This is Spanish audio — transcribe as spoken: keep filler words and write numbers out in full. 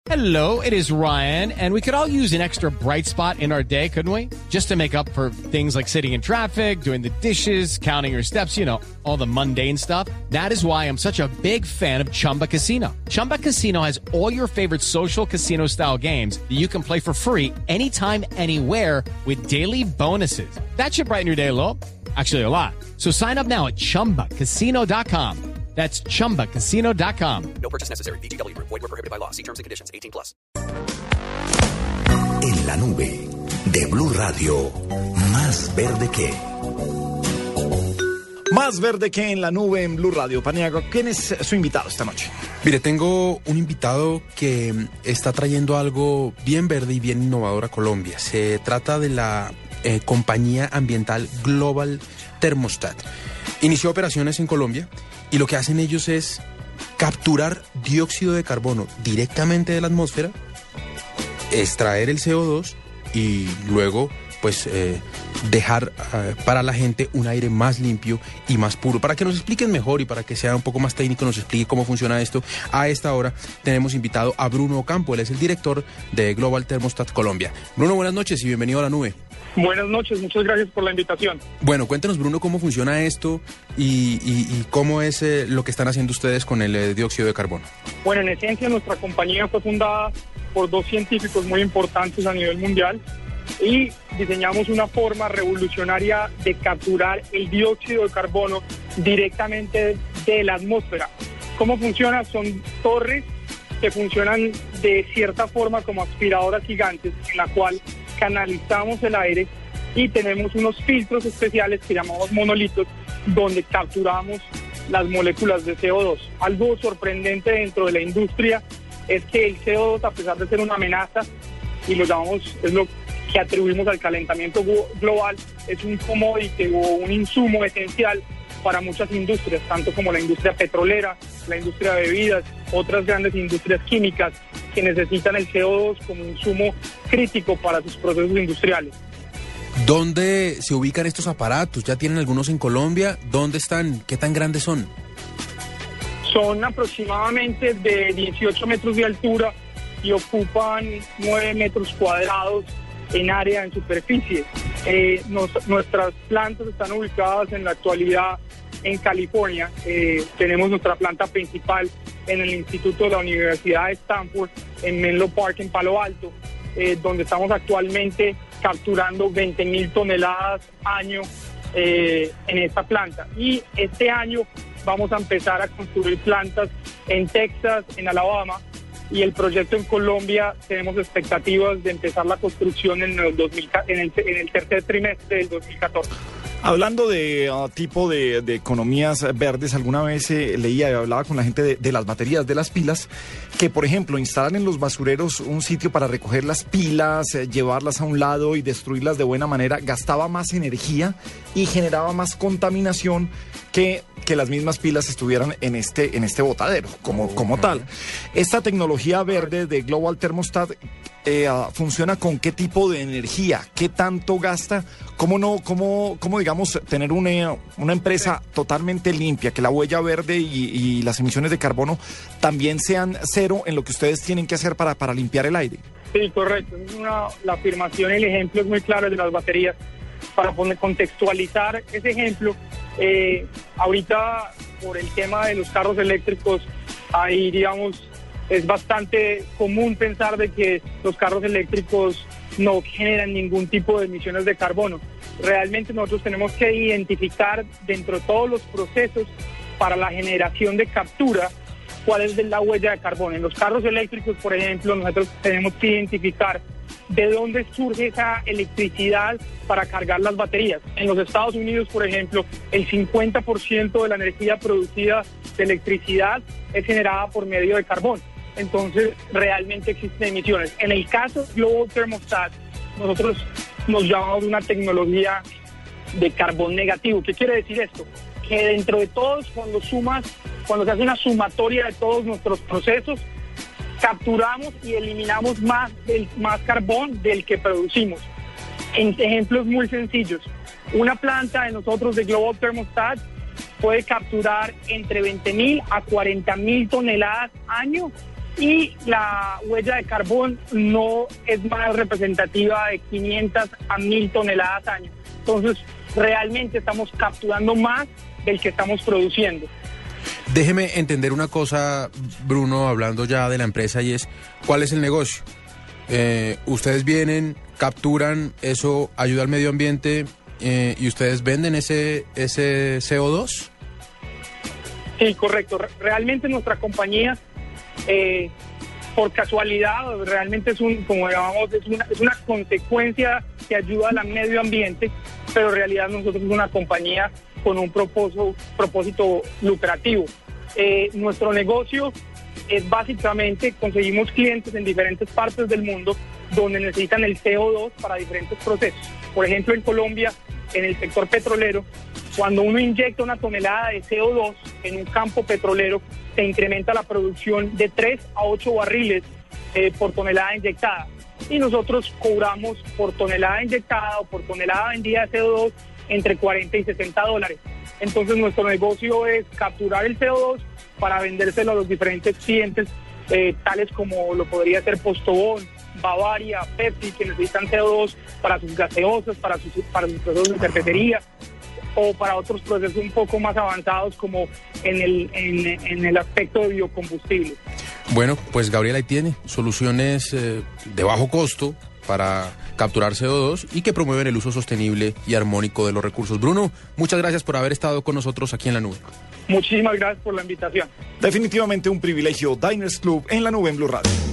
Hello, it is Ryan, and we could all use an extra bright spot in our day, couldn't we? Just to make up for things like sitting in traffic, doing the dishes, counting your steps, you know, all the mundane stuff. That is why I'm such a big fan of Chumba Casino. Chumba Casino has all your favorite social casino-style games that you can play for free anytime, anywhere with daily bonuses. That should brighten your day a little. Actually, a lot. So sign up now at chumba casino dot com. That's chumba casino dot com. No purchase necessary. V G W Group. Void where prohibited by law. See terms and conditions. eighteen plus. En la nube de Blue Radio, más verde que. Más verde que en la nube en Blue Radio. Paniagua, ¿quién es su invitado esta noche? Mire, tengo un invitado que está trayendo algo bien verde y bien innovador a Colombia. Se trata de la eh, compañía ambiental Global Thermostat. Inició operaciones en Colombia y lo que hacen ellos es capturar dióxido de carbono directamente de la atmósfera, extraer el C O dos y luego pues eh, dejar uh, para la gente un aire más limpio y más puro. Para que nos expliquen mejor y para que sea un poco más técnico, nos explique cómo funciona esto, a esta hora tenemos invitado a Bruno Ocampo. Él es el director de Global Thermostat Colombia. Bruno, buenas noches y bienvenido a la nube. Buenas noches, muchas gracias por la invitación. Bueno, cuéntenos, Bruno, cómo funciona esto y, y, y cómo es eh, lo que están haciendo ustedes con el eh, dióxido de carbono. Bueno, en esencia nuestra compañía fue fundada por dos científicos muy importantes a nivel mundial y diseñamos una forma revolucionaria de capturar el dióxido de carbono directamente de la atmósfera. ¿Cómo funciona? Son torres que funcionan de cierta forma como aspiradoras gigantes en la cual canalizamos el aire y tenemos unos filtros especiales que llamamos monolitos donde capturamos las moléculas de C O dos. Algo sorprendente dentro de la industria es que el C O dos, a pesar de ser una amenaza, y lo llamamos, es lo que atribuimos al calentamiento global, es un commodity o un insumo esencial para muchas industrias, tanto como la industria petrolera, la industria de bebidas, otras grandes industrias químicas que necesitan el C O dos como insumo crítico para sus procesos industriales. ¿Dónde se ubican estos aparatos? ¿Ya tienen algunos en Colombia? ¿Dónde están? ¿Qué tan grandes son? Son aproximadamente de dieciocho metros de altura y ocupan nueve metros cuadrados en área, en superficie. Eh, nos, nuestras plantas están ubicadas en la actualidad en California. Eh, tenemos nuestra planta principal en el Instituto de la Universidad de Stanford, en Menlo Park, en Palo Alto, eh, donde estamos actualmente capturando veinte mil toneladas año eh, en esta planta. Y este año vamos a empezar a construir plantas en Texas, en Alabama, y el proyecto en Colombia tenemos expectativas de empezar la construcción en el, dos mil, en el, en el tercer trimestre del dos mil catorce. Hablando de uh, tipo de, de economías verdes, alguna vez eh, leía y hablaba con la gente de, de las baterías, de las pilas, que por ejemplo instalar en los basureros un sitio para recoger las pilas, eh, llevarlas a un lado y destruirlas de buena manera, gastaba más energía y generaba más contaminación que, que las mismas pilas estuvieran en este, en este botadero, como, como tal. Esta tecnología verde de Global Thermostat eh, uh, funciona con qué tipo de energía, qué tanto gasta, cómo no, cómo, cómo digamos tener una, una empresa totalmente limpia, que la huella verde y, y las emisiones de carbono también sean cero en lo que ustedes tienen que hacer para, para limpiar el aire. Sí, correcto. Es una, la afirmación y el ejemplo es muy claro de las baterías. Para poner, contextualizar ese ejemplo, eh, ahorita por el tema de los carros eléctricos, ahí digamos, es bastante común pensar de que los carros eléctricos no generan ningún tipo de emisiones de carbono. Realmente nosotros tenemos que identificar dentro de todos los procesos para la generación de captura cuál es la huella de carbono. En los carros eléctricos, por ejemplo, nosotros tenemos que identificar de dónde surge esa electricidad para cargar las baterías. En los Estados Unidos, por ejemplo, el cincuenta por ciento de la energía producida de electricidad es generada por medio de carbón. Entonces, realmente existen emisiones. En el caso de Global Thermostat, nosotros nos llamamos una tecnología de carbón negativo. ¿Qué quiere decir esto? Que dentro de todos, cuando sumas, cuando se hace una sumatoria de todos nuestros procesos, capturamos y eliminamos más, del, más carbón del que producimos. En ejemplos muy sencillos, una planta de nosotros de Global Thermostat puede capturar entre veinte mil a cuarenta mil toneladas año y la huella de carbón no es más representativa de quinientas a mil toneladas al año. Entonces, realmente estamos capturando más del que estamos produciendo. Déjeme entender una cosa, Bruno, hablando ya de la empresa, y es, ¿cuál es el negocio? Eh, ustedes vienen, capturan, eso ayuda al medio ambiente, eh, y ustedes venden ese, ese C O dos. Sí, correcto. Realmente nuestra compañía, eh, por casualidad, realmente es un, como llamamos, es una, es una consecuencia que ayuda al medio ambiente, pero en realidad nosotros somos una compañía con un propósito, propósito lucrativo. Eh, nuestro negocio es básicamente, conseguimos clientes en diferentes partes del mundo donde necesitan el C O dos para diferentes procesos. Por ejemplo, en Colombia, en el sector petrolero, cuando uno inyecta una tonelada de C O dos en un campo petrolero, se incrementa la producción de tres a ocho barriles eh, por tonelada inyectada. Y nosotros cobramos por tonelada inyectada o por tonelada vendida de C O dos entre cuarenta y sesenta dólares. Entonces nuestro negocio es capturar el C O dos para vendérselo a los diferentes clientes, eh, tales como lo podría ser Postobón, Bavaria, Pepsi, que necesitan C O dos para sus gaseosas, para sus, para sus procesos de cervecería, o para otros procesos un poco más avanzados como en el, en, en el aspecto de biocombustible. Bueno, pues Gabriel ahí tiene soluciones eh, de bajo costo para capturar C O dos y que promueven el uso sostenible y armónico de los recursos. Bruno, muchas gracias por haber estado con nosotros aquí en la nube. Muchísimas gracias por la invitación. Definitivamente un privilegio. Diners Club en la nube en Blue Radio.